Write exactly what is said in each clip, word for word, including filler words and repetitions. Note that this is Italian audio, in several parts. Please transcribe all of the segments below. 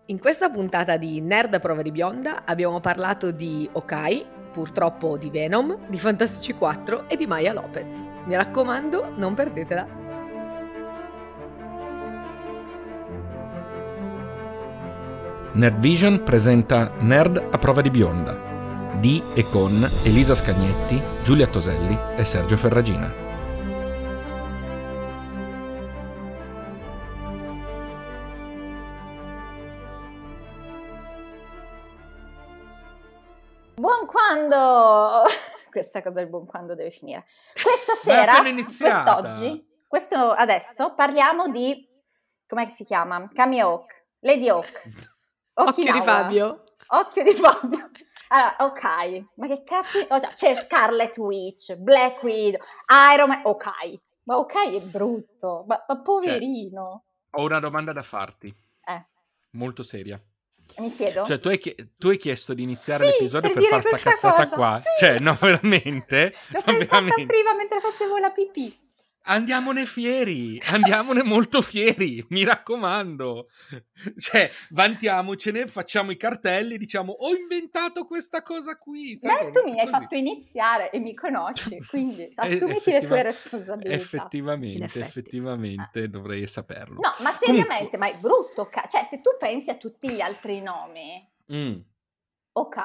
In questa puntata di Nerd a prova di bionda abbiamo parlato di Hawkeye, purtroppo di Venom, di Fantastici quattro e di Maya Lopez. Mi raccomando, non perdetela. Nerdvision presenta Nerd a prova di bionda di e con Elisa Scagnetti, Giulia Toselli e Sergio Ferragina. Buon quando! Questa cosa del buon quando deve finire. Questa sera, quest'oggi, questo adesso parliamo di, com'è che si chiama? Kami Hawk, Lady Hawk. Occhio di Fabio. Occhio di Fabio. Allora, ok, ma che cazzo? Oh, c'è Scarlet Witch, Black Widow, Iron Man, ok. Ma ok è brutto, ma, ma poverino. Eh, ho una domanda da farti. Eh. Molto seria. Mi siedo? Cioè, tu hai, chie- tu hai chiesto di iniziare sì, l'episodio per, per fare sta cazzata cosa. qua. Sì. Cioè, no, veramente? L'ho no, pensata veramente. prima mentre facevo la pipì. Andiamone fieri, andiamone molto fieri, mi raccomando. Cioè, vantiamocene, facciamo i cartelli, diciamo, ho inventato questa cosa qui. Beh, tu mi hai fatto iniziare e mi conosci, quindi assumiti le tue responsabilità. Effettivamente, effettivamente ah. dovrei saperlo. No, ma seriamente, Comunque... ma è brutto, cioè se tu pensi a tutti gli altri nomi, mm. ok,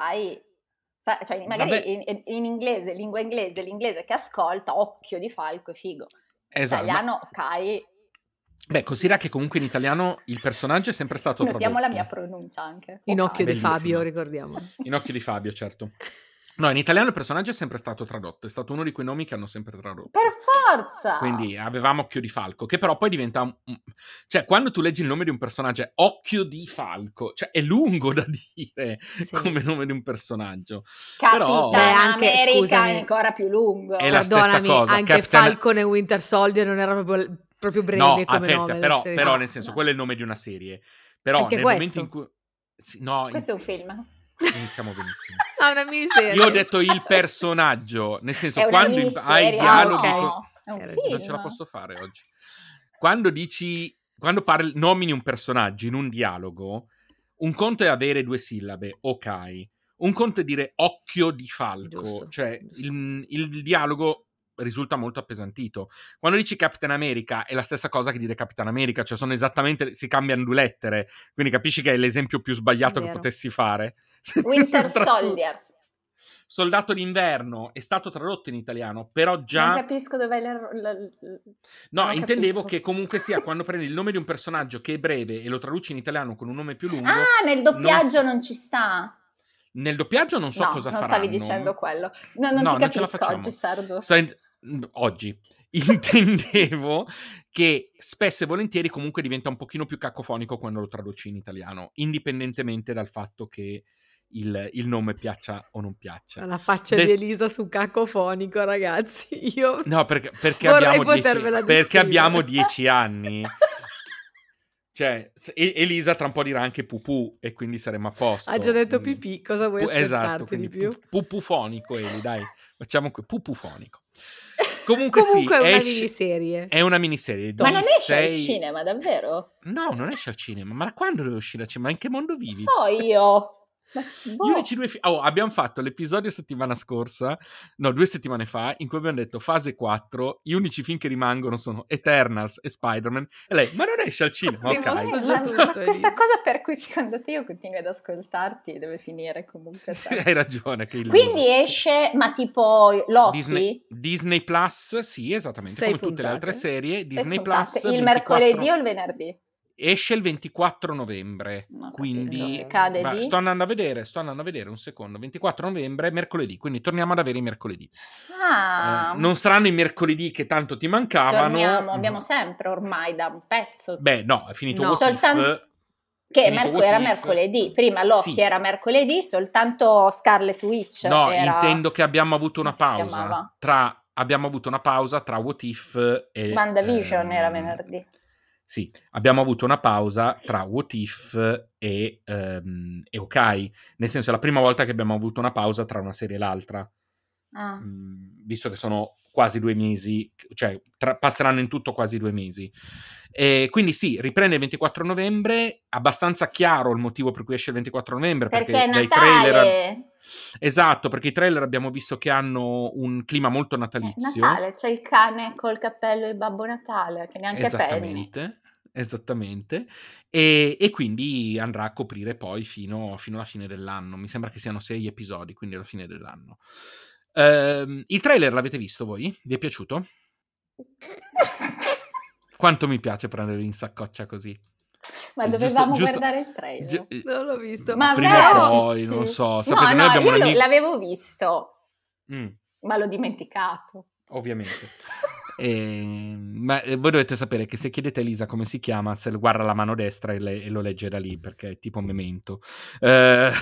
cioè magari in, in inglese, lingua inglese, l'inglese che ascolta, occhio di falco è figo. Esatto. Italiano, ok. Beh, considera che comunque in italiano il personaggio è sempre stato Notiamo tradotto. la mia pronuncia anche. In okay. occhio Bellissimo. di Fabio, ricordiamo. In occhio di Fabio, certo. No, in italiano il personaggio è sempre stato tradotto, è stato uno di quei nomi che hanno sempre tradotto. Per forza! Quindi avevamo Occhio di Falco, che però poi diventa... Un... Cioè, quando tu leggi il nome di un personaggio è Occhio di Falco, cioè è lungo da dire sì. come nome di un personaggio. Capitan però... Beh, anche, America scusami, è ancora più lungo. È la Perdonami, stessa cosa. anche Captain... Falcon e Winter Soldier non era proprio... proprio breve no, come aspetta, nome però, però no, nel senso no. quello è il nome di una serie però anche nel questo? momento in cui sì, no, questo in... è un film iniziamo benissimo. Ah, una miniserie. Io ho detto il personaggio, nel senso è quando il... hai dialoghi no, con... è un eh, film. non ce la posso fare oggi. Quando dici quando parli nomini un personaggio in un dialogo, un conto è avere due sillabe, ok. Un conto è dire occhio di falco, giusto, cioè giusto. Il, il dialogo risulta molto appesantito. Quando dici Captain America è la stessa cosa che dire Capitan America, cioè sono esattamente, si cambiano due lettere, quindi capisci che è l'esempio più sbagliato che potessi fare. Winter Soldiers. Soldato d'inverno è stato tradotto in italiano, però già... Non capisco dov'è la... la... No, non intendevo capito. Che comunque sia, quando prendi il nome di un personaggio che è breve e lo traduci in italiano con un nome più lungo... Ah, nel doppiaggio non, non ci sta. Nel doppiaggio non so no, cosa non faranno. Non stavi dicendo quello. No, non no, ti capisco non oggi, Sergio. So, in... Oggi. Intendevo che spesso e volentieri comunque diventa un pochino più cacofonico quando lo traduci in italiano, indipendentemente dal fatto che il, il nome piaccia o non piaccia. La faccia De... di Elisa su cacofonico, ragazzi. Io no, perché, perché, vorrei abbiamo, potervela dieci, perché abbiamo dieci anni. Cioè, Elisa tra un po' dirà anche pupù e quindi saremo a posto. Ha già detto pipì, cosa vuoi Pu- aspettarti esatto, di più? Pu- pupufonico, Eli, dai, facciamo qui, pupufonico. Comunque, Comunque sì, è una esce, miniserie. È una miniserie. Ma non esce sei... al cinema, davvero? No, non esce al cinema. Ma quando deve uscire al cinema? Ma in che mondo vivi? So io. Boh. Gli unici due fi- oh, abbiamo fatto l'episodio settimana scorsa, no, due settimane fa, in cui abbiamo detto fase quattro, gli unici film che rimangono sono Eternals e Spider-Man, e lei, ma non esce al cinema, ok. Ma, tutto, ma questa cosa per cui secondo te io continui ad ascoltarti deve finire comunque. Hai ragione. Che quindi esce, ma tipo Loki? Disney, Disney Plus, sì, esattamente, Sei come puntate. tutte le altre serie, Disney Sei Plus. Il ventiquattro... mercoledì o il venerdì? Esce il ventiquattro novembre, no, quindi cade ma, lì. sto andando a vedere, sto andando a vedere un secondo, ventiquattro novembre, mercoledì, quindi torniamo ad avere i mercoledì. Ah. Eh, non saranno i mercoledì che tanto ti mancavano. Torniamo, abbiamo sempre ormai da un pezzo. Beh, no, è finito no. What Soltanto... If, che merc- era mercoledì, prima Loki sì. era mercoledì, soltanto Scarlet Witch No, era... intendo che abbiamo avuto una pausa tra abbiamo avuto una pausa tra What If e WandaVision ehm, era venerdì. Sì, abbiamo avuto una pausa tra What If e, um, e Ok, nel senso è la prima volta che abbiamo avuto una pausa tra una serie e l'altra. Ah. mh, visto che sono quasi due mesi, cioè tra- passeranno in tutto quasi due mesi. E quindi sì, riprende il ventiquattro novembre, abbastanza chiaro il motivo per cui esce il ventiquattro novembre, perché, Perché è dai trailer... Natale. Esatto, perché i trailer abbiamo visto che hanno un clima molto Eh, natalizio. Natale, c'è il cane col cappello di Babbo Natale, che neanche Penny. Esattamente, esattamente. E, e quindi andrà a coprire poi fino, fino alla fine dell'anno. Mi sembra che siano sei episodi, quindi alla fine dell'anno. Ehm, il trailer l'avete visto voi? Vi è piaciuto? Quanto mi piace prendere in saccoccia così. Ma Eh, dovevamo giusto- giusto- guardare il trailer. gi- eh, Non l'ho visto. Ma prima o vertici. poi, non so. Sapete, No, noi no, abbiamo io un lo- amico... l'avevo visto, Mm, ma l'ho dimenticato. ovviamente. E, ma eh, voi dovete sapere che se chiedete a Elisa come si chiama, se lo guarda la mano destra e, le- e lo legge da lì, perché è tipo Memento. Eh,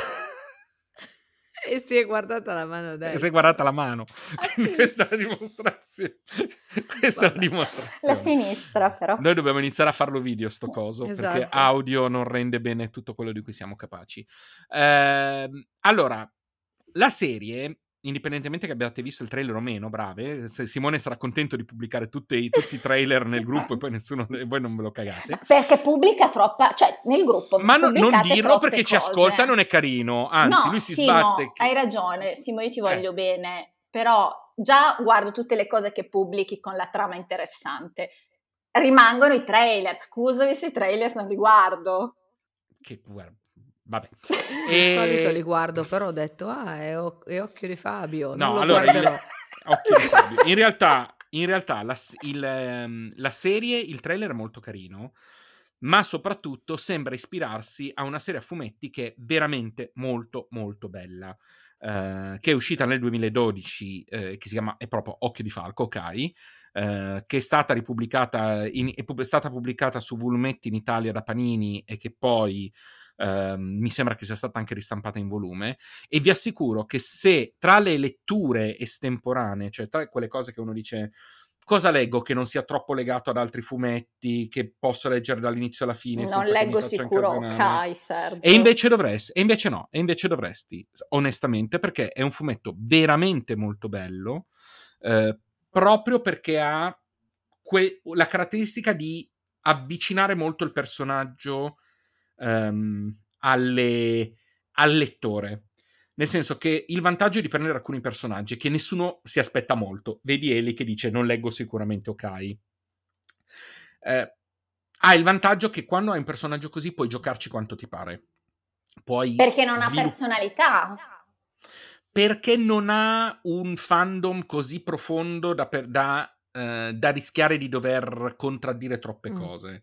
E si è guardata la mano destra. si è guardata la mano. Ah, Quindi sì? questa è la dimostrazione. Questa è la Vabbè. dimostrazione. La sinistra, però. Noi dobbiamo iniziare a farlo video sto coso, perché Esatto. audio non rende bene tutto quello di cui siamo capaci. Ehm, allora, la serie, indipendentemente che abbiate visto il trailer o meno, brave, se Simone sarà contento di pubblicare tutti i, tutti i trailer nel gruppo e poi nessuno, e voi non ve lo cagate. Perché pubblica troppa, cioè nel gruppo Ma no- non pubblicate dirlo troppe perché ci cose. ascolta, non è carino. Anzi, No, lui si Simo, sbatte. che- hai ragione, Simo, io ti Eh. voglio bene, però già guardo tutte le cose che pubblichi con la trama interessante. Rimangono i trailer, scusami se i trailer non li guardo. Che guarda, vabbè. Di E- solito li guardo, però ho detto, ah, è, o- è Occhio di Fabio, non No, lo allora, il- guarderò. occhio di Fabio. In realtà, in realtà la, s- il, ehm, la serie, il trailer è molto carino, ma soprattutto sembra ispirarsi a una serie a fumetti che è veramente molto molto bella, eh, che è uscita nel duemiladodici, eh, che si chiama, è proprio Occhio di Falco, Okai, eh, che è stata ripubblicata, in- è pub- è stata pubblicata su Volumetti in Italia da Panini e che poi ehm, mi sembra che sia stata anche ristampata in volume. E vi assicuro che se tra le letture estemporanee, cioè tra quelle cose che uno dice cosa leggo che non sia troppo legato ad altri fumetti, che posso leggere dall'inizio alla fine Non senza che mi leggo faccia sicuro incasinare. Ok, Sergio. E invece dovresti, e invece no, e invece dovresti, onestamente, perché è un fumetto veramente molto bello, eh, proprio perché ha que- la caratteristica di avvicinare molto il personaggio ehm, alle, al lettore. Nel senso che il vantaggio di prendere alcuni personaggi è che nessuno si aspetta molto. Vedi Eli che dice non leggo sicuramente Okai. Eh, ha il vantaggio che quando hai un personaggio così puoi giocarci quanto ti pare. Puoi Perché non ha svilupp- personalità. Perché non ha un fandom così profondo da, per- da, eh, da rischiare di dover contraddire troppe Mm. cose.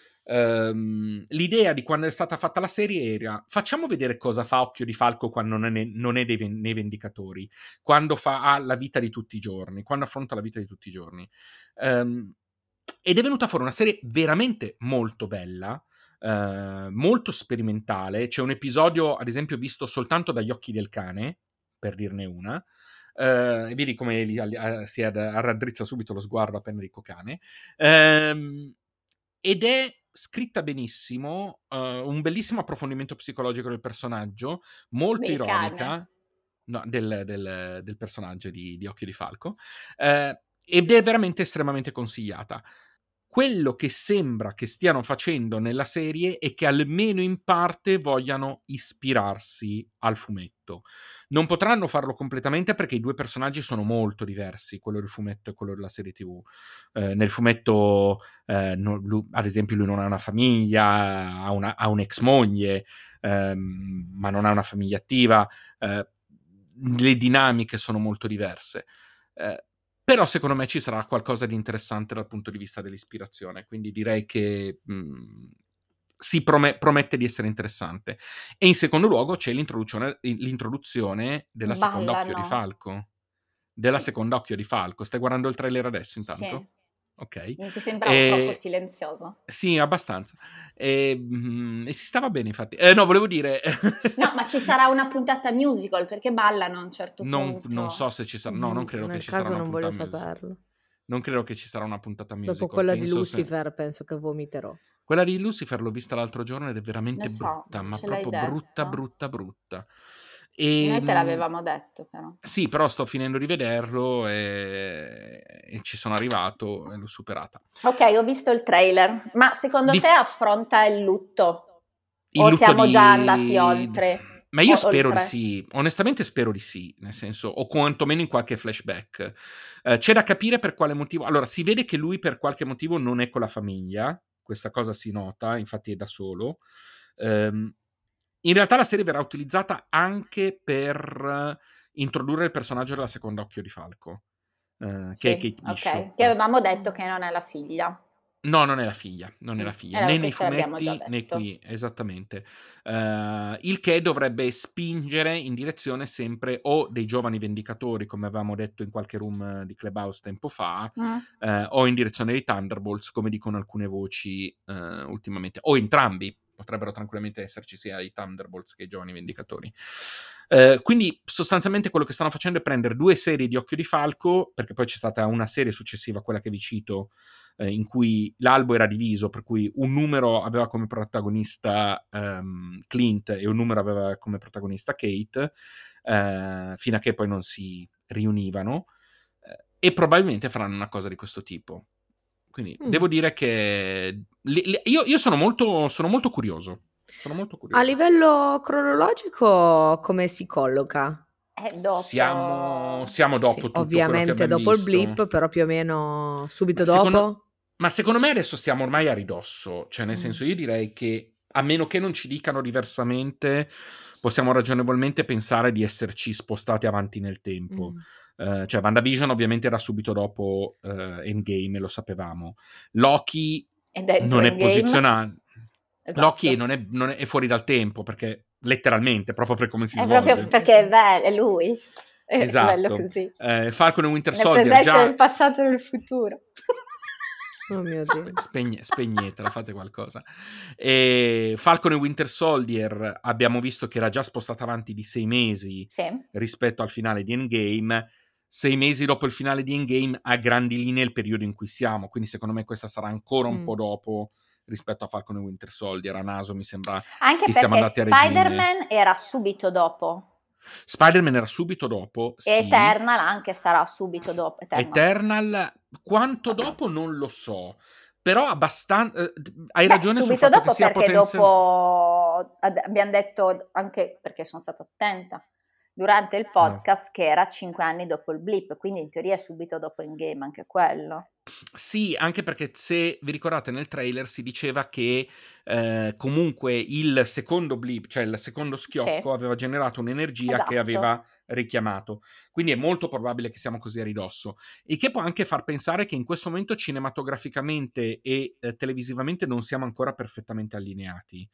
Ehm, l'idea di quando è stata fatta la serie era facciamo vedere cosa fa Occhio di Falco quando non è, non è dei, ven- nei Vendicatori, quando fa ha la vita di tutti i giorni, quando affronta la vita di tutti i giorni. Ehm, ed è venuta fuori una serie veramente molto bella, eh, molto sperimentale. C'è un episodio, ad esempio, visto soltanto dagli occhi del cane, per dirne una, eh, e vedi come li, eh, si ad- raddrizza subito lo sguardo appena dico cane. Ehm, ed è scritta benissimo, uh, un bellissimo approfondimento psicologico del personaggio, molto Del ironica, cane. no, del, del, del personaggio di, di Occhio di Falco, eh, ed è veramente estremamente consigliata. Quello che sembra che stiano facendo nella serie è che almeno in parte vogliano ispirarsi al fumetto. Non potranno farlo completamente perché i due personaggi sono molto diversi, quello del fumetto e quello della serie tivù. Eh, nel fumetto, eh, no, lui, ad esempio, lui non ha una famiglia, ha, una, ha un'ex moglie, ehm, ma non ha una famiglia attiva. Eh, le dinamiche sono molto diverse. Eh, però secondo me ci sarà qualcosa di interessante dal punto di vista dell'ispirazione, quindi direi che mh, si prom- promette di essere interessante. E in secondo luogo c'è l'introduzione, l'introduzione della seconda Ballano. Occhio di Falco. Della seconda Occhio di Falco. Stai guardando il trailer adesso intanto? Sì. Ok. Non ti sembrava E- troppo silenzioso? Sì, abbastanza. E, mm, e si stava bene, infatti. Eh, no, volevo dire... No, ma ci sarà una puntata musical perché ballano a un certo non, punto. non so se ci sarà... No, non credo Nel che ci caso sarà una non voglio puntata musical. saperlo. Non credo che ci sarà una puntata musical. Dopo quella di penso se- Lucifer penso che vomiterò. Quella di Lucifer l'ho vista l'altro giorno ed è veramente Lo so, brutta, ma ce l'hai proprio brutta, detto. brutta, brutta. E, Noi te l'avevamo detto, però. Sì, però sto finendo di vederlo e, e ci sono arrivato e l'ho superata. Ok, ho visto il trailer, ma secondo di... te affronta il lutto? Il o lutto siamo di... già andati oltre? Ma io o, spero oltre. di sì, onestamente spero di sì, nel senso, o quantomeno in qualche flashback. Eh, c'è da capire per quale motivo. Allora, si vede che lui per qualche motivo non è con la famiglia, questa cosa si nota, infatti è da solo. Um, in realtà la serie verrà utilizzata anche per introdurre il personaggio della seconda Occhio di Falco, uh, sì, che è Kate Bishop. Ok, che avevamo detto che non è la figlia. No, non è la figlia, non è la figlia, eh, né nei fumetti già né qui, esattamente. Uh, il che dovrebbe spingere in direzione sempre o dei giovani vendicatori, come avevamo detto in qualche room di Clubhouse tempo fa, mm. uh, o in direzione dei Thunderbolts, come dicono alcune voci uh, ultimamente, o entrambi. Potrebbero tranquillamente esserci sia i Thunderbolts che i giovani vendicatori. Uh, quindi sostanzialmente quello che stanno facendo è prendere due serie di Occhio di Falco, perché poi c'è stata una serie successiva a quella che vi cito, eh, in cui l'albo era diviso, per cui un numero aveva come protagonista um, Clint e un numero aveva come protagonista Kate, uh, fino a che poi non si riunivano, uh, e probabilmente faranno una cosa di questo tipo. Quindi mm. devo dire che li, li, io, io sono molto, sono molto curioso. Sono molto curioso. A livello cronologico come si colloca? Eh, dopo... Siamo, siamo dopo sì, tutto ovviamente quello che dopo visto. il blip, però più o meno subito ma dopo. Secondo, ma secondo me adesso siamo ormai a ridosso. Cioè, nel mm. senso, io direi che a meno che non ci dicano diversamente, possiamo ragionevolmente pensare di esserci spostati avanti nel tempo. Mm. Uh, cioè, WandaVision ovviamente era subito dopo uh, Endgame, lo sapevamo. Loki non è posizionato. Esatto. Loki non è, non è, è fuori dal tempo, perché letteralmente, proprio per come si è svolge. Proprio perché è bello, è lui. È esatto. bello così. Eh, Falcon e Winter nel Soldier presente, già... nel passato e nel futuro. Oh mio Dio. Spe- spegne- spegnetela, fate qualcosa. E Falcon e Winter Soldier abbiamo visto che era già spostata avanti di sei mesi sì. rispetto al finale di Endgame. Sei mesi dopo il finale di Endgame, a grandi linee il periodo in cui siamo, quindi secondo me questa sarà ancora un mm. po' dopo rispetto a Falcon e Winter Soldier. A naso mi sembra anche che siamo andati a regime. Spider-Man era subito dopo. Spider-Man era subito dopo, e sì. Eternal anche sarà subito dopo. Eternals. Eternal, quanto Eternals. Dopo non lo so, però abbastanza. Eh, hai Beh, ragione sul fatto dopo che sia perché potenziale. Dopo abbiamo detto anche perché sono stata attenta durante il podcast no. che era cinque anni dopo il blip, quindi in teoria è subito dopo Endgame anche quello. Sì, anche perché se vi ricordate nel trailer si diceva che eh, comunque il secondo blip, cioè il secondo schiocco, sì. aveva generato un'energia esatto. che aveva richiamato. Quindi è molto probabile che siamo così a ridosso. E che può anche far pensare che in questo momento cinematograficamente e eh, televisivamente non siamo ancora perfettamente allineati.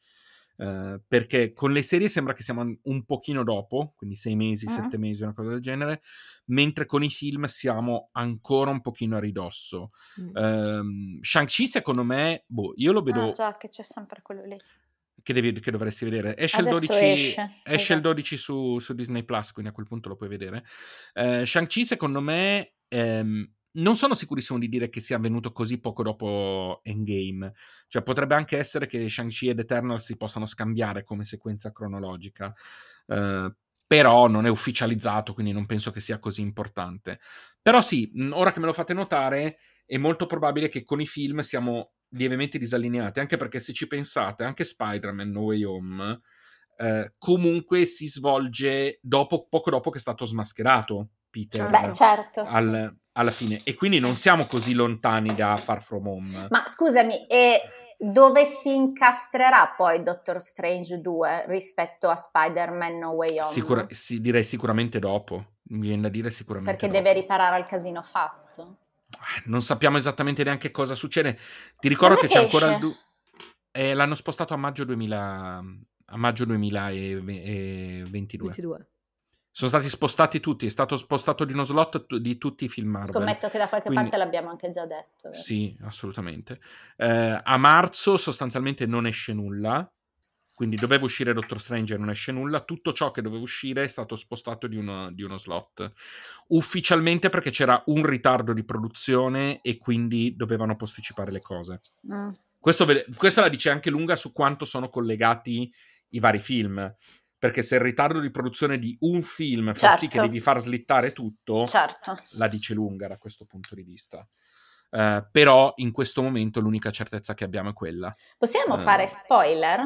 Uh, perché con le serie sembra che siamo un pochino dopo, quindi sei mesi, uh-huh. sette mesi, una cosa del genere, mentre con i film siamo ancora un pochino a ridosso. Uh-huh. Um, Shang-Chi secondo me, boh, io lo vedo... Ah già, che c'è sempre quello lì. Che, devi, che dovresti vedere. Esce Adesso il dodici, esce, esce esatto. il dodici su, su Disney Plus, quindi a quel punto lo puoi vedere. Uh, Shang-Chi secondo me... Um, non sono sicurissimo di dire che sia avvenuto così poco dopo Endgame. Cioè potrebbe anche essere che Shang-Chi ed Eternal si possano scambiare come sequenza cronologica. Uh, però non è ufficializzato, quindi non penso che sia così importante. Però sì, ora che me lo fate notare, è molto probabile che con i film siamo lievemente disallineati, anche perché se ci pensate, anche Spider-Man No Way Home uh, comunque si svolge dopo, poco dopo che è stato smascherato Peter. Beh, certo. Al, alla fine, e quindi non siamo così lontani da Far From Home. Ma scusami, e dove si incastrerà poi Doctor Strange due rispetto a Spider-Man No Way Home? Sicura, sì, direi sicuramente dopo, mi viene da dire sicuramente perché dopo. deve riparare al casino fatto. Non sappiamo esattamente neanche cosa succede. Ti ricordo che, che c'è ancora il du- eh, l'hanno spostato a maggio duemila a maggio duemilaventidue. ventidue. Sono stati spostati tutti, è stato spostato di uno slot t- di tutti i film Marvel. Scommetto che da qualche Quindi, parte l'abbiamo anche già detto. Vero? Sì, assolutamente. Eh, a marzo sostanzialmente non esce nulla, quindi doveva uscire Doctor Strange e non esce nulla. Tutto ciò che doveva uscire è stato spostato di uno, di uno slot. Ufficialmente perché c'era un ritardo di produzione e quindi dovevano posticipare le cose. Mm. Questo, questo la dice anche lunga su quanto sono collegati i vari film. perché se il ritardo di produzione di un film fa certo. sì che devi far slittare tutto, certo. la dice lunga da questo punto di vista. Uh, però in questo momento l'unica certezza che abbiamo è quella. Possiamo uh, fare spoiler?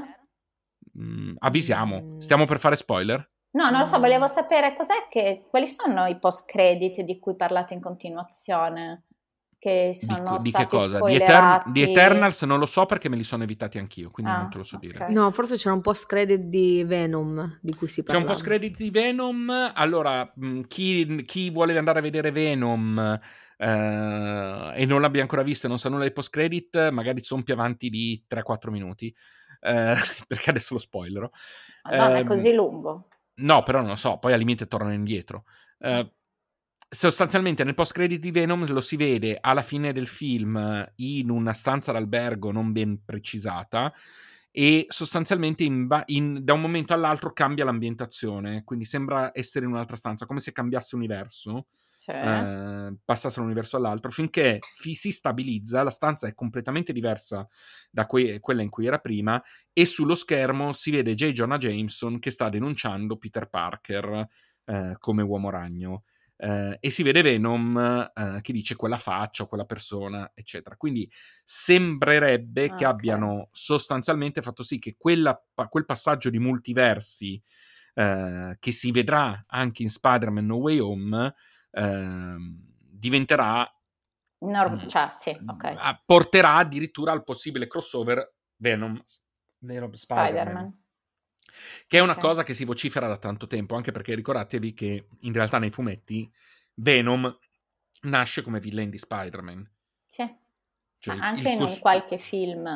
Mh, avvisiamo. Stiamo per fare spoiler? No, non lo so, volevo sapere cos'è che, quali sono i post credit di cui parlate in continuazione, che sono di, di stati che cosa? spoilerati. Di, Etern- di Eternals non lo so perché me li sono evitati anch'io, quindi ah, non te lo so okay. dire. No, forse c'era un post credit di Venom di cui si C'è parlava. un post credit di Venom. Allora, chi, chi vuole andare a vedere Venom eh, e non l'abbia ancora visto e non sa nulla dei post credit, magari sono più avanti di tre quattro minuti. Eh, perché adesso lo spoilerò. Madonna, eh, è così lungo? No, però non lo so, poi al limite tornano indietro. Eh, sostanzialmente nel post credit di Venom lo si vede alla fine del film in una stanza d'albergo non ben precisata e sostanzialmente in ba- in, da un momento all'altro cambia l'ambientazione, quindi sembra essere in un'altra stanza, come se cambiasse universo. Cioè? Eh, passasse da un universo all'altro finché fi- si stabilizza, la stanza è completamente diversa da que- quella in cui era prima e sullo schermo si vede J. Jonah Jameson che sta denunciando Peter Parker eh, come uomo ragno eh, e si vede Venom eh, che dice quella faccia, quella persona, eccetera. Quindi sembrerebbe Ah, che ok. abbiano sostanzialmente fatto sì che quella, quel passaggio di multiversi eh, che si vedrà anche in Spider-Man No Way Home eh, diventerà Norm- mh, cioè, sì, ok. porterà addirittura al possibile crossover Venom, Venom Spider-Man. Spider-Man. Che è Ok. una cosa che si vocifera da tanto tempo, anche perché ricordatevi che in realtà nei fumetti Venom nasce come villain di Spider-Man. Sì. Cioè Ma il- anche il in cost- un qualche film.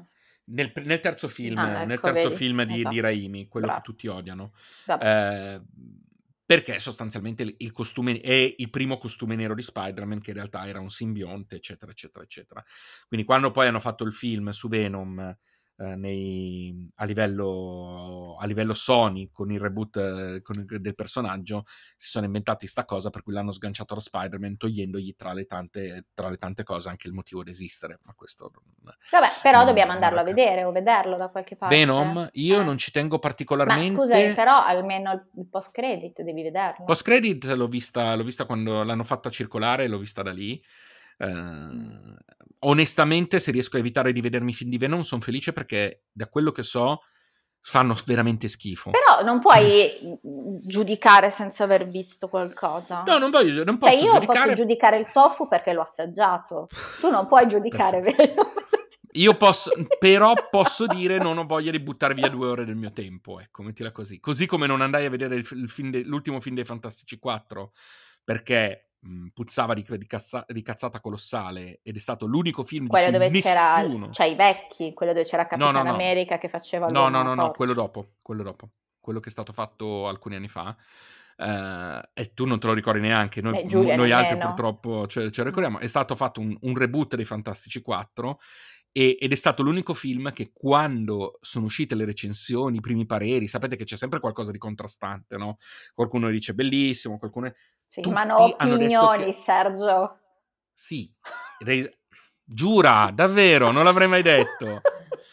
Nel, nel terzo film, Ah, nel ecco, terzo vedi? film di, Esatto. di Raimi, quello Bravo. che tutti odiano. Vabbè. Eh, perché sostanzialmente il, il costume è il primo costume nero di Spider-Man, che in realtà era un simbionte, eccetera, eccetera, eccetera. Quindi quando poi hanno fatto il film su Venom eh, nei, a, livello, a livello Sony, con il reboot eh, con il, del personaggio, si sono inventati sta cosa per cui l'hanno sganciato da Spider-Man, togliendogli tra le tante, tra le tante cose anche il motivo di esistere. Ma questo non, Vabbè, però non, dobbiamo non andarlo a va- vedere o vederlo da qualche parte. Venom, io Eh. non ci tengo Ma particolarmente. scusami, però almeno il, il post credit devi vederlo. Post credit l'ho vista, l'ho vista quando l'hanno fatta circolare, l'ho vista da lì. Eh, Mm. Onestamente, se riesco a evitare di vedermi i film di Venom, sono felice perché da quello che so fanno veramente schifo. Però non puoi giudicare senza aver visto qualcosa. No, non voglio, non Cioè posso io giudicare. posso giudicare il tofu perché l'ho assaggiato. Tu non puoi giudicare Venom. Io posso, però posso dire non ho voglia di buttare via due ore del mio tempo, ecco, mettila così. Così come non andai a vedere il, il film de, l'ultimo film dei Fantastici quattro perché mh, puzzava di, di, cazza, di cazzata colossale ed è stato l'unico film quello di cui dove nessuno... c'era, cioè i vecchi, quello dove c'era Capitan no, no, no. America che faceva no, l'uomo no, no, no, torcia. quello dopo, quello dopo, quello che è stato fatto alcuni anni fa. Uh, e tu non te lo ricordi neanche, noi, Beh, Giulia, noi altri nemmeno. purtroppo ce, ce lo ricordiamo. È stato fatto un, un reboot dei Fantastici quattro e, ed è stato l'unico film che quando sono uscite le recensioni, i primi pareri, sapete che c'è sempre qualcosa di contrastante, no? Qualcuno dice bellissimo, qualcuno è... Sì, Tutti ma no hanno detto opinioni, che... Sergio. Sì, re... giura, davvero, non l'avrei mai detto.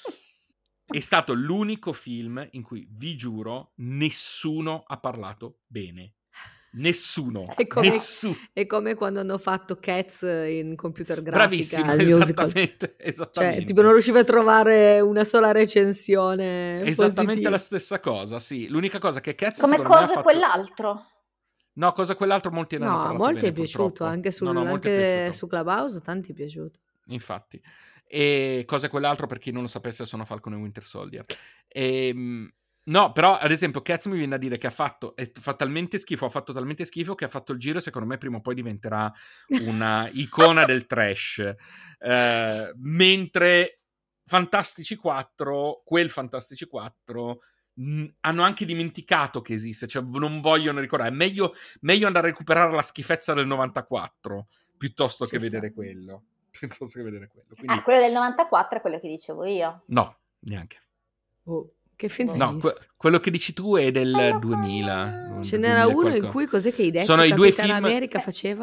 È stato l'unico film in cui, vi giuro, nessuno ha parlato bene. Nessuno. È come, Nessuno. è come quando hanno fatto Cats in computer grafica. Bravissimo, il esattamente, esattamente. Cioè, tipo non riusciva a trovare una sola recensione Esattamente positiva. la stessa cosa, sì. L'unica cosa che Cats come secondo me ha cosa fatto... quell'altro? No, cosa quell'altro molti ne hanno No, a parlato molti bene, è piaciuto, purtroppo. anche, sul, no, no, molti è anche piaciuto. su Clubhouse tanti è piaciuto. Infatti. E cosa quell'altro, per chi non lo sapesse, sono Falcon e Winter Soldier. E, no, però, ad esempio, Cats mi viene a dire che ha fatto, è, fa talmente schifo, ha fatto talmente schifo che ha fatto il giro e secondo me prima o poi diventerà una icona del trash. Eh, mentre Fantastici quattro, quel Fantastici quattro... hanno anche dimenticato che esiste, cioè non vogliono ricordare. È meglio, meglio andare a recuperare la schifezza del novantaquattro piuttosto Ci che sta. vedere quello. Piuttosto che vedere quello. Quindi... Ah, quello del novantaquattro è quello che dicevo io. No, neanche. Oh, che film No, hai que- visto? quello che dici tu è del Quello duemila. con... Ce n'era duemila uno in qualcosa. cui cos'è che hai detto? Sono i due Capitan film... America Eh. faceva?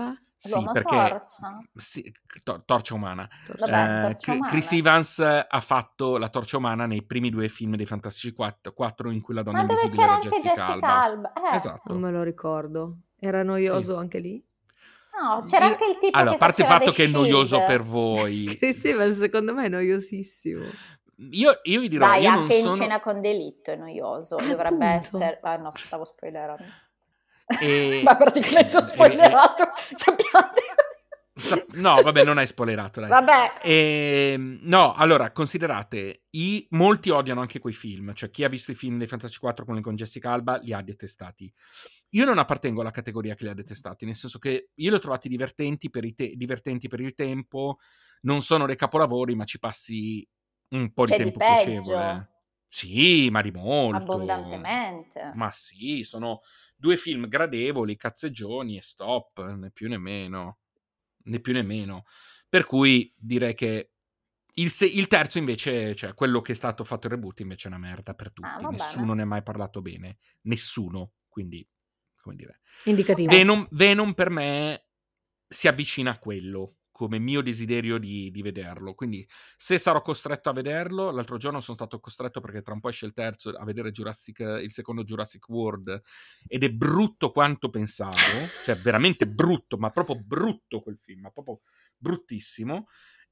L'uomo sì, perché torcia? sì, to- torcia umana. Torcia. Vabbè, Eh, torcia umana. Chris Evans ha fatto la torcia umana nei primi due film dei Fantastici quattro, in cui la donna Ma dove invisibile c'era era anche Jessica, Jessica Alba. Alba? Eh. Esatto. Non me lo ricordo. Era noioso Sì. anche lì? No, c'era Il- anche il tipo allora, che a parte il faceva fatto The che è noioso Shield. per voi, Chris Evans secondo me è noiosissimo. io, io vi dirò, Dai, io anche non in sono... Cena con delitto è noioso, Eh, dovrebbe appunto. essere... Ah no, stavo spoilerando. E... Ma praticamente ho e- e- spoilerato, sappiate. Sa- No, vabbè, non hai spoilerato, dai. Vabbè. E, no, allora, considerate, i, molti odiano anche quei film, cioè chi ha visto i film dei Fantastici quattro con, con Jessica Alba li ha detestati. Io non appartengo alla categoria che li ha detestati, nel senso che io li ho trovati divertenti per, i te- divertenti per il tempo, non sono dei capolavori, ma ci passi un po' di C'è di tempo peggio. piacevole. Sì, ma di molto. Abbondantemente. Ma sì, sono due film gradevoli, cazzeggioni e stop, né più né meno. Né più né meno. Per cui direi che il, se- il terzo invece, cioè quello che è stato fatto il reboot, invece è una merda per tutti. Ah, va Nessuno bene. ne ha mai parlato bene. Nessuno. Quindi, come dire. Indicativo. Ok. Venom, Venom per me si avvicina a quello, come mio desiderio di, di vederlo. Quindi se sarò costretto a vederlo, l'altro giorno sono stato costretto perché tra un po' esce il terzo, a vedere Jurassic, il secondo Jurassic World, ed è brutto quanto pensavo, cioè veramente brutto, ma proprio brutto quel film, ma proprio bruttissimo.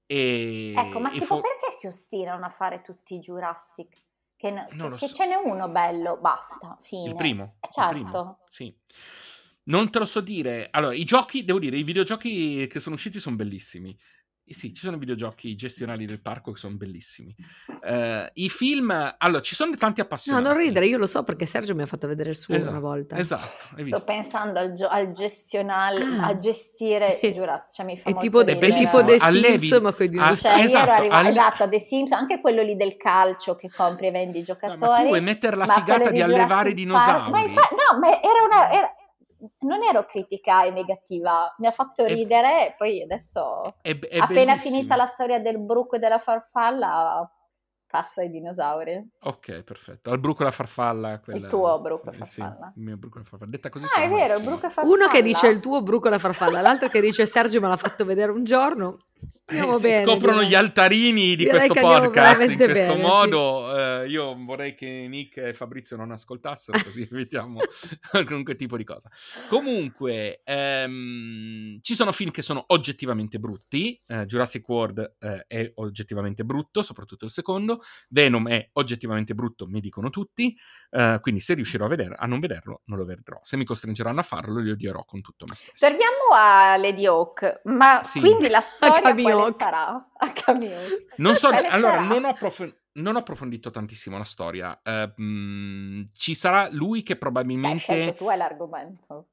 E, Ecco, ma e tipo fo- perché si ostinano a fare tutti i Jurassic? Che, no- Non che- lo che so. ce n'è uno bello, basta, fine. Il primo, Eh, il certo. primo, sì. Non te lo so dire. Allora, i giochi, devo dire, i videogiochi che sono usciti sono bellissimi. E sì, ci sono i videogiochi gestionali del parco che sono bellissimi. Eh, I film, allora, ci sono tanti No, appassionati. non ridere, io lo so perché Sergio mi ha fatto vedere il suo Esatto, una volta. esatto, hai Sto visto? pensando al, gio- al gestionale, Ah. a gestire Jurassic, cioè mi fa È molto tipo, È è ridere. tipo bellissimo. The Allevi- Sims, ma con i ah, dinosauri. Cioè, io ero esatto, arrivata alle- esatto a The Sims, anche quello lì del calcio che compri e vendi i No, giocatori. ma tu vuoi mettere la ma figata quello di allevare Jurassic dinosauri? Park- ma infa- no, ma era una... era- non ero critica e negativa, mi ha fatto È- è, e poi adesso, È, è appena bellissimo. finita la storia del bruco e della farfalla, passo ai dinosauri. Ok, perfetto. Al bruco e la farfalla. Quella... Il tuo bruco e eh, sì, farfalla. il mio bruco e la farfalla. Detta così Ah, suona è vero, il malissimo. bruco e farfalla. Uno che dice il tuo bruco la farfalla, l'altro che dice Sergio me l'ha fatto vedere un giorno. Andiamo Eh, se bene. scoprono direi. gli altarini di Direi questo che andiamo podcast in veramente questo bene, modo, eh, io vorrei che Nick e Fabrizio non ascoltassero, così evitiamo qualunque tipo di cosa. Comunque, ehm, ci sono film che sono oggettivamente brutti. eh, Jurassic World eh, è oggettivamente brutto, soprattutto il secondo. Venom è oggettivamente brutto, mi dicono tutti. eh, quindi se riuscirò a, vedere, a non vederlo, non lo vedrò. Se mi costringeranno a farlo, li odierò con tutto me stesso. Torniamo a Lady Hawk, ma Sì. quindi la storia Camille quale Hawk. sarà? A Camille Hawk. Non so, Quale allora sarà? non ho, approf- non ho approfondito tantissimo la storia. Eh, mh, ci sarà lui che Hai probabilmente scelto tu è l'argomento.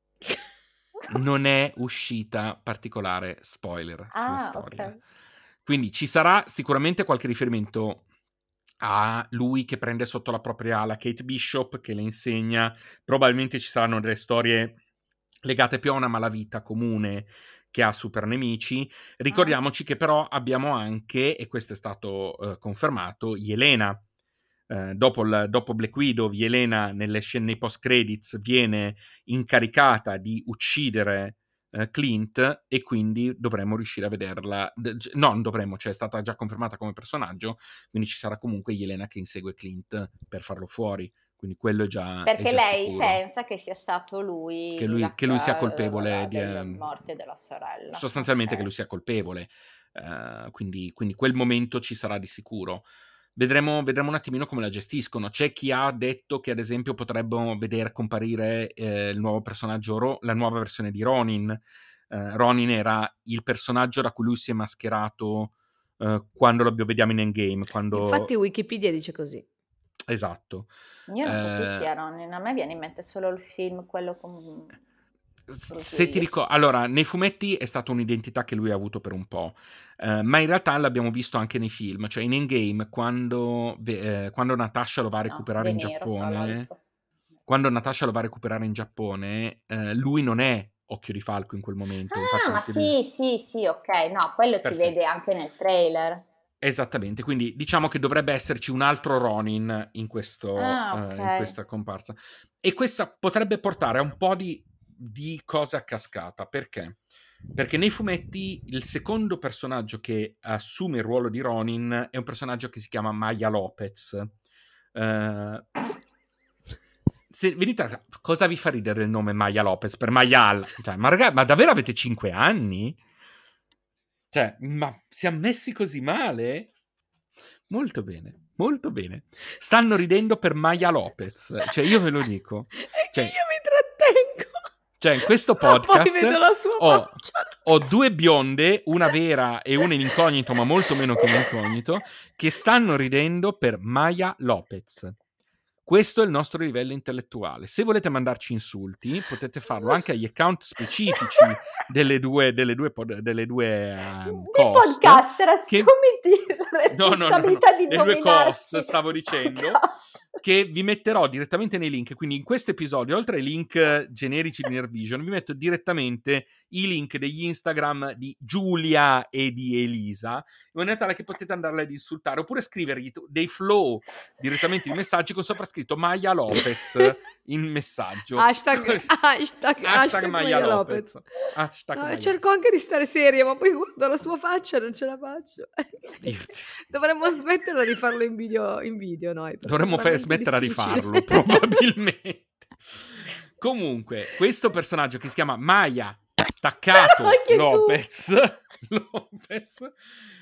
non è uscita particolare spoiler sulla Ah, storia. ok. Quindi ci sarà sicuramente qualche riferimento a lui che prende sotto la propria ala Kate Bishop, che le insegna. Probabilmente ci saranno delle storie legate più a una malavita comune che ha super nemici. Ricordiamoci che però abbiamo anche, e questo è stato uh, confermato, Yelena. Uh, dopo, il, dopo Black Widow, Yelena nelle scene, nei post credits viene incaricata di uccidere uh, Clint, e quindi dovremmo riuscire a vederla. D- no, non dovremmo, cioè è stata già confermata come personaggio, quindi ci sarà comunque Yelena che insegue Clint per farlo fuori. Quindi quello è già, Perché è già lei sicuro. pensa che sia stato lui, Che lui, la, che lui sia la- colpevole la- di, della ehm, morte della sorella. sostanzialmente Ok. che lui sia colpevole. Uh, quindi, quindi quel momento ci sarà di sicuro. Vedremo, vedremo un attimino come la gestiscono. C'è chi ha detto che ad esempio potrebbero vedere comparire eh, il nuovo personaggio, Ro- la nuova versione di Ronin. Uh, Ronin era il personaggio da cui lui si è mascherato uh, quando lo vediamo in Endgame. Quando... Infatti Wikipedia dice così. Esatto. Io non so chi Eh, sia Ronin, a me viene in mente solo il film, quello con... Se ti ricordo, allora, nei fumetti è stata un'identità che lui ha avuto per un po', eh, ma in realtà l'abbiamo visto anche nei film, cioè in Endgame, quando, eh, quando Natasha lo va a recuperare no, in De Niro, tra Giappone, l'altro. quando Natasha lo va a recuperare in Giappone, eh, lui non è Occhio di Falco in quel momento. Ah, Infatti, ma anche sì, lui... sì, sì, ok, no, quello si Perfetto. vede anche nel trailer. Esattamente, quindi diciamo che dovrebbe esserci un altro Ronin in, questo, Ah, ok. uh, in questa comparsa. E questa potrebbe portare a un po' di, di cose a cascata. Perché? Perché nei fumetti il secondo personaggio che assume il ruolo di Ronin è un personaggio che si chiama Maya Lopez. Uh, se venite a, cosa vi fa ridere il nome Maya Lopez per Maya? Cioè, ma ragazzi, ma davvero avete cinque anni? Cioè, ma siamo messi così male? Molto bene, molto bene. Stanno ridendo per Maya Lopez. Cioè, io ve lo dico. Cioè, io mi trattengo. Cioè, in questo podcast poi vedo la sua ho, faccia. ho due bionde, una vera e una in incognito, ma molto meno che in incognito, che stanno ridendo per Maya Lopez. Questo è il nostro livello intellettuale. Se volete mandarci insulti, potete farlo anche agli account specifici delle due, delle due, delle due um, Di podcaster, assumiti che... la responsabilità no, no, no, no. di delle due cost, stavo dicendo, podcast. Che vi metterò direttamente nei link. Quindi in questo episodio, oltre ai link generici di Nerdvision, vi metto direttamente i link degli Instagram di Giulia e di Elisa, in maniera tale che potete andarle ad insultare, oppure scrivergli dei flow direttamente di messaggi con sopra scritto Maya Lopez in messaggio. Hashtag, hashtag, hashtag, hashtag Maya, Maya Lopez. Lopez. Hashtag no, Maya. Cerco anche di stare seria, ma poi guardo la sua faccia e non ce la faccio. Dovremmo smetterla di farlo in video, in video noi. Dovremmo fe- smettere di farlo, probabilmente. Comunque, questo personaggio che si chiama Maya Staccato Lopez, Lopez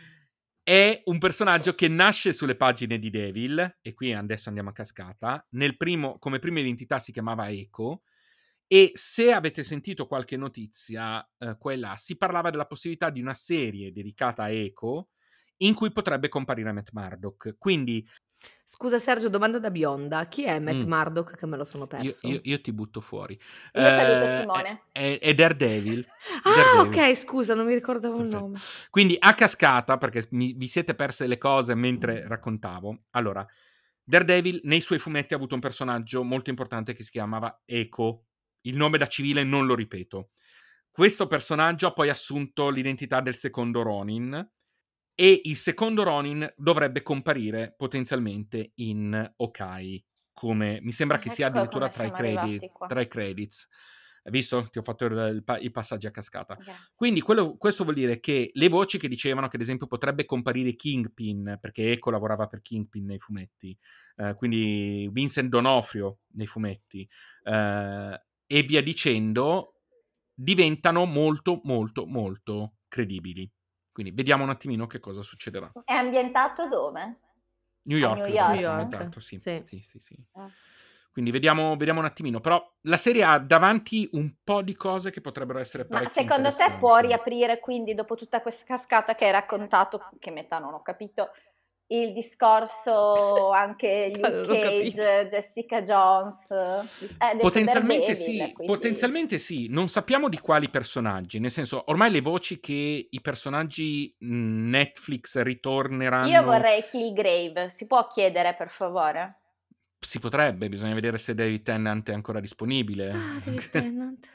è un personaggio che nasce sulle pagine di Devil, e qui adesso andiamo a cascata. Nel primo, come prima identità si chiamava Echo, e se avete sentito qualche notizia, eh, qua e là, si parlava della possibilità di una serie dedicata a Echo in cui potrebbe comparire Matt Murdock. Quindi... Scusa Sergio, domanda da bionda. Chi è Matt mm. Murdock che me lo sono perso? Io, io, io ti butto fuori. Io eh, saluto Simone. È, è Daredevil. Ah, Daredevil. ok, scusa, non mi ricordavo il nome. Quindi a cascata, perché mi, vi siete perse le cose mentre raccontavo. Allora, Daredevil nei suoi fumetti ha avuto un personaggio molto importante che si chiamava Echo. Il nome da civile non lo ripeto. Questo personaggio ha poi assunto l'identità del secondo Ronin, e il secondo Ronin dovrebbe comparire potenzialmente in Okai, come mi sembra che ecco sia addirittura tra i, credit, tra i credits. Visto? Ti ho fatto il, il, i passaggi a cascata. Grazie. Quindi quello, questo vuol dire che le voci che dicevano che ad esempio potrebbe comparire Kingpin, perché Echo lavorava per Kingpin nei fumetti, eh, quindi Vincent D'Onofrio nei fumetti, eh, e via dicendo, diventano molto molto molto credibili. Quindi vediamo un attimino che cosa succederà. È ambientato dove? New York. A New York. New York. Sì. Sì. Sì, sì, sì. Eh. Quindi vediamo, vediamo un attimino. Però la serie ha davanti un po' di cose che potrebbero essere parecchio Ma secondo te può riaprire, quindi, dopo tutta questa cascata che hai raccontato, che metà non ho capito, il discorso anche Luke Cage, Jessica Jones, eh, potenzialmente Daredevil, sì, quindi... potenzialmente sì, non sappiamo di quali personaggi, nel senso ormai le voci che i personaggi Netflix ritorneranno. Io vorrei Killgrave, si può chiedere per favore? Si potrebbe, bisogna vedere se David Tennant è ancora disponibile. Ah, David Tennant.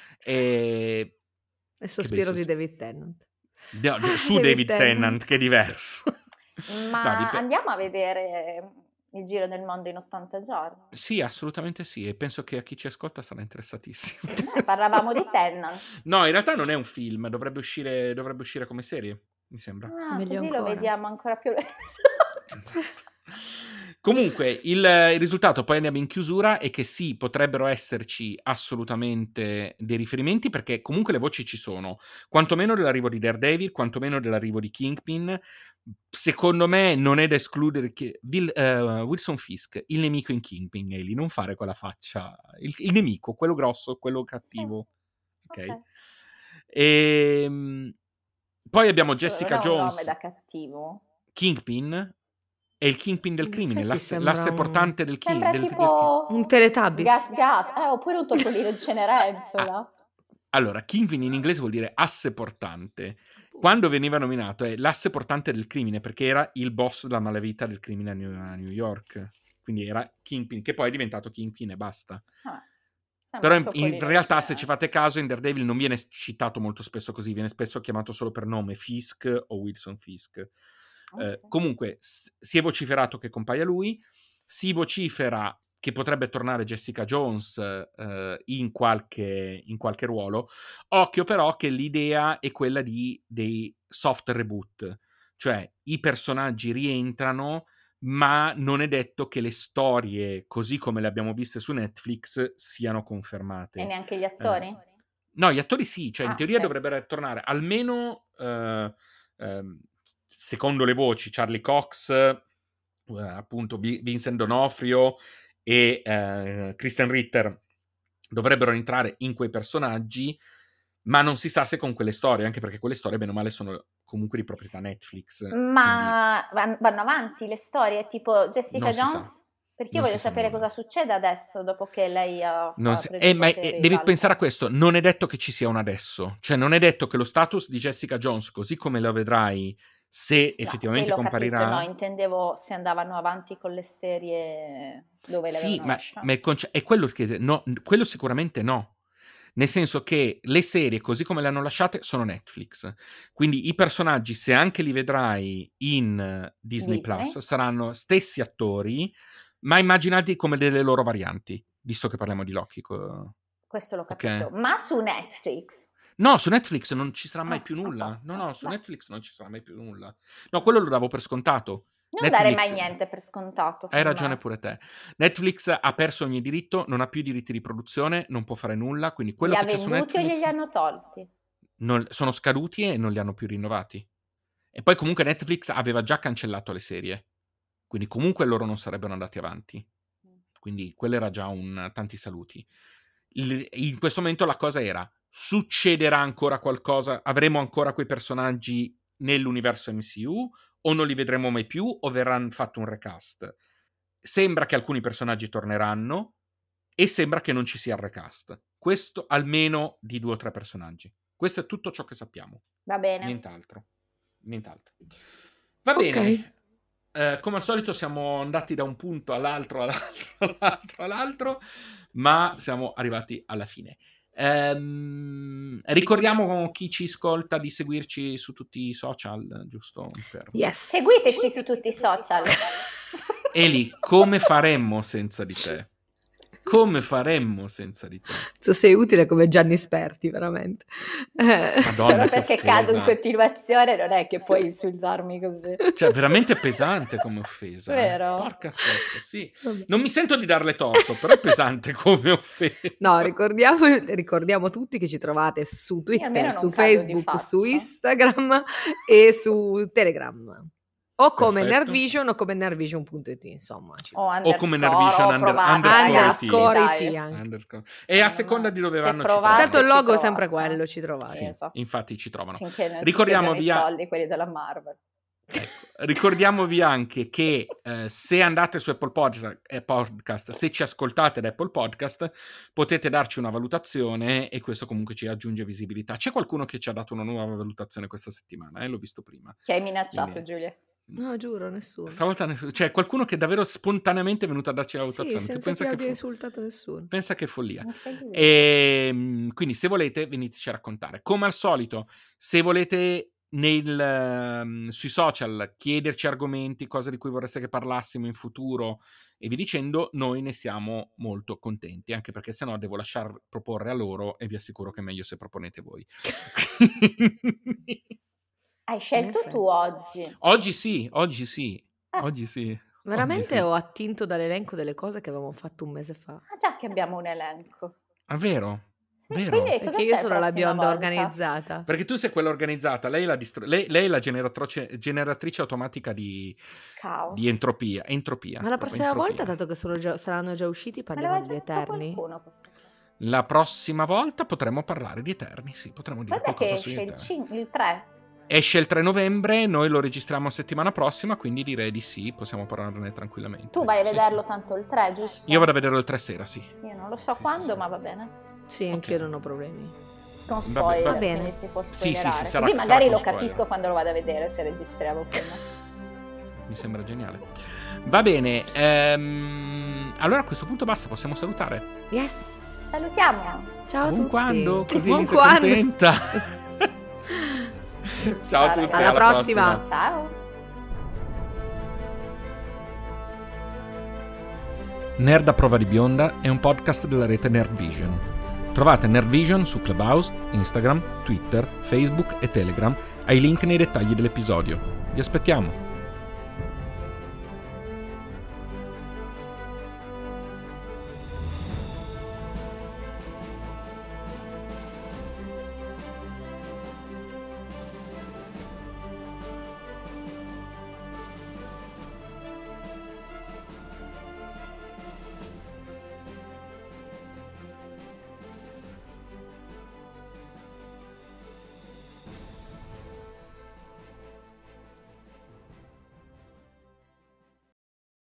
e il sospiro di David Tennant. No, ah, su David, David Tennant, Tennant, che è diverso. Ma no, dip- andiamo a vedere il giro del mondo in ottanta giorni. Sì, assolutamente sì, e penso che a chi ci ascolta sarà interessatissimo. Eh, parlavamo di Tennant. No, in realtà non è un film, dovrebbe uscire, dovrebbe uscire come serie, mi sembra. Ah, così ancora. Lo vediamo ancora più. Comunque, il, il risultato, poi andiamo in chiusura, è che sì, potrebbero esserci assolutamente dei riferimenti, perché comunque le voci ci sono, quantomeno dell'arrivo di Daredevil, quantomeno dell'arrivo di Kingpin. Secondo me non è da escludere che Bill, uh, Wilson Fisk, il nemico in Kingpin, Eli, non fare quella faccia, il, il nemico, quello grosso, quello cattivo, ok? okay. E poi abbiamo Jessica non Jones. Un nome da cattivo. Kingpin è il Kingpin del crimine, l'asse, l'asse portante del Sembra del, tipo del, un Teletubbies. Gas gas, eh, oppure un topolino di Cenerentola. Ah, allora, Kingpin in inglese vuol dire asse portante. Quando veniva nominato è l'asse portante del crimine, perché era il boss della malavita del crimine a New, a New York. Quindi era Kingpin, che poi è diventato Kingpin e basta. Ah, però in, in realtà, se ci fate caso, in Daredevil non viene citato molto spesso così, viene spesso chiamato solo per nome, Fisk o Wilson Fisk. Okay. Eh, comunque, s- si è vociferato che compaia lui, si vocifera che potrebbe tornare Jessica Jones eh, in, qualche, in qualche ruolo. Occhio però che l'idea è quella di dei soft reboot, cioè i personaggi rientrano, ma non è detto che le storie, così come le abbiamo viste su Netflix, siano confermate. E neanche gli attori? Eh, no, gli attori sì, cioè ah, in teoria okay. dovrebbero tornare, almeno eh, eh, secondo le voci, Charlie Cox, eh, appunto Vincent D'Onofrio e eh, Kristen Ritter dovrebbero entrare in quei personaggi, ma non si sa se con quelle storie, anche perché quelle storie bene o male sono comunque di proprietà Netflix. Ma quindi... vanno avanti le storie, tipo Jessica Jones? Perché io non voglio sapere cosa succede adesso, dopo che lei ha, non ha si... preso eh, i ma poteri. eh, devi pensare a questo, non è detto che ci sia un adesso, cioè non è detto che lo status di Jessica Jones, così come lo vedrai, se effettivamente no, comparirà... Capito, no, intendevo se andavano avanti con le serie dove le sì, avevano ma, lasciate. ma è, conce- è quello che... No, quello sicuramente no. Nel senso che le serie, così come le hanno lasciate, sono Netflix. Quindi i personaggi, se anche li vedrai in Disney, Disney? Plus, saranno stessi attori, ma immaginati come delle loro varianti, visto che parliamo di Loki. Questo l'ho capito. Okay. Ma su Netflix? No, su Netflix non ci sarà mai ah, più nulla. No, no, su Basta. Netflix non ci sarà mai più nulla. No, quello lo davo per scontato. Non Netflix, dare mai niente per scontato. Hai ragione me. Pure te. Netflix ha perso ogni diritto, non ha più diritti di produzione, non può fare nulla, quindi quello li che ha c'è su Netflix... venduti o glieli hanno tolti? Non, sono scaduti e non li hanno più rinnovati. E poi comunque Netflix aveva già cancellato le serie, quindi comunque loro non sarebbero andati avanti. Quindi quello era già un tanti saluti. Il, in questo momento la cosa era: succederà ancora qualcosa? Avremo ancora quei personaggi nell'universo M C U o non li vedremo mai più o verranno fatto un recast? Sembra che alcuni personaggi torneranno e sembra che non ci sia il recast. Questo almeno di due o tre personaggi. Questo è tutto ciò che sappiamo. Va bene. Nient'altro. Nient'altro. Va okay. bene. Eh, come al solito siamo andati da un punto all'altro, all'altro, all'altro, all'altro, ma siamo arrivati alla fine. Ehm, ricordiamo chi ci ascolta di seguirci su tutti i social, giusto? Per... Yes. Seguiteci su tutti i social. Eli, come faremmo senza di te? Come faremmo senza di te? Tu sei utile come Gianni Sperti, veramente. Eh. Madonna, solo perché cado in continuazione non è che puoi insultarmi così. Cioè, veramente pesante come offesa. Vero? Eh? Porca zozza, sì. Vabbè. Non mi sento di darle torto, però è pesante come offesa. No, ricordiamo, ricordiamo tutti che ci trovate su Twitter, su Facebook, su Instagram e su Telegram. O come Nerdvision o come nerdvision punto it, insomma. O, o come Nerdvision under, underscore it anche. E a seconda di dove vanno ci trovate. Tanto il logo è sempre quello, ci trovate. Sì, esatto. Infatti ci trovano. Finché non ricordiamovi ci i soldi, quelli della Marvel. Ecco, ricordiamovi anche che eh, se andate su Apple Podcast, eh, Podcast, se ci ascoltate da Apple Podcast, potete darci una valutazione e questo comunque ci aggiunge visibilità. C'è qualcuno che ci ha dato una nuova valutazione questa settimana, eh? L'ho visto prima. Chi hai minacciato, Giulia? No, giuro, nessuno. Stavolta nessuno. Cioè, qualcuno che davvero spontaneamente è venuto a darci la valutazione. Sì, senza che, che abbia fu... insultato nessuno. Pensa che follia. E, quindi, se volete, veniteci a raccontare. Come al solito, se volete nel, um, sui social chiederci argomenti, cose di cui vorreste che parlassimo in futuro e vi dicendo, noi ne siamo molto contenti, anche perché sennò devo lasciar proporre a loro e vi assicuro che è meglio se proponete voi. Hai scelto tu oggi? Oggi sì, oggi sì, ah. oggi sì. Veramente oggi sì. Ho attinto dall'elenco delle cose che avevamo fatto un mese fa. Ah già che abbiamo un elenco. Ah, vero? Sì, vero? Perché io sono la bionda organizzata. Perché tu sei quella organizzata, lei è la, distro- lei, lei è la generatrice, generatrice automatica di, Caos. di entropia. entropia. Ma la prossima entropia. volta, dato che sono già, saranno già usciti, parliamo di Eterni? La prossima volta potremo parlare di Eterni, sì, potremo dire Guarda qualcosa che su esce Eterni. il, cin- il tre. Esce il tre novembre, noi lo registriamo settimana prossima, quindi direi di sì, possiamo parlarne tranquillamente. Tu vai a sì, vederlo sì. tanto il tre, giusto? Io vado a vederlo il tre sera, sì. Io non lo so sì, quando, sì, sì. ma va bene. Sì, okay. Anch'io non ho problemi. Con spoiler, va bene. quindi si può spoilerare. Sì, sì, sì, sarà, così magari sarà lo spoiler. Capisco quando lo vado a vedere, se registriamo prima. Mi sembra geniale. Va bene, ehm, allora a questo punto basta, possiamo salutare. Yes! Salutiamo! Ciao a Buon tutti! Quando, così Buon sei quando. contenta! Ciao a tutti, alla, alla prossima. prossima. Ciao. Nerd a prova di bionda è un podcast della rete Nerdvision. Trovate Nerdvision su Clubhouse, Instagram, Twitter, Facebook e Telegram, ai link nei dettagli dell'episodio. Vi aspettiamo!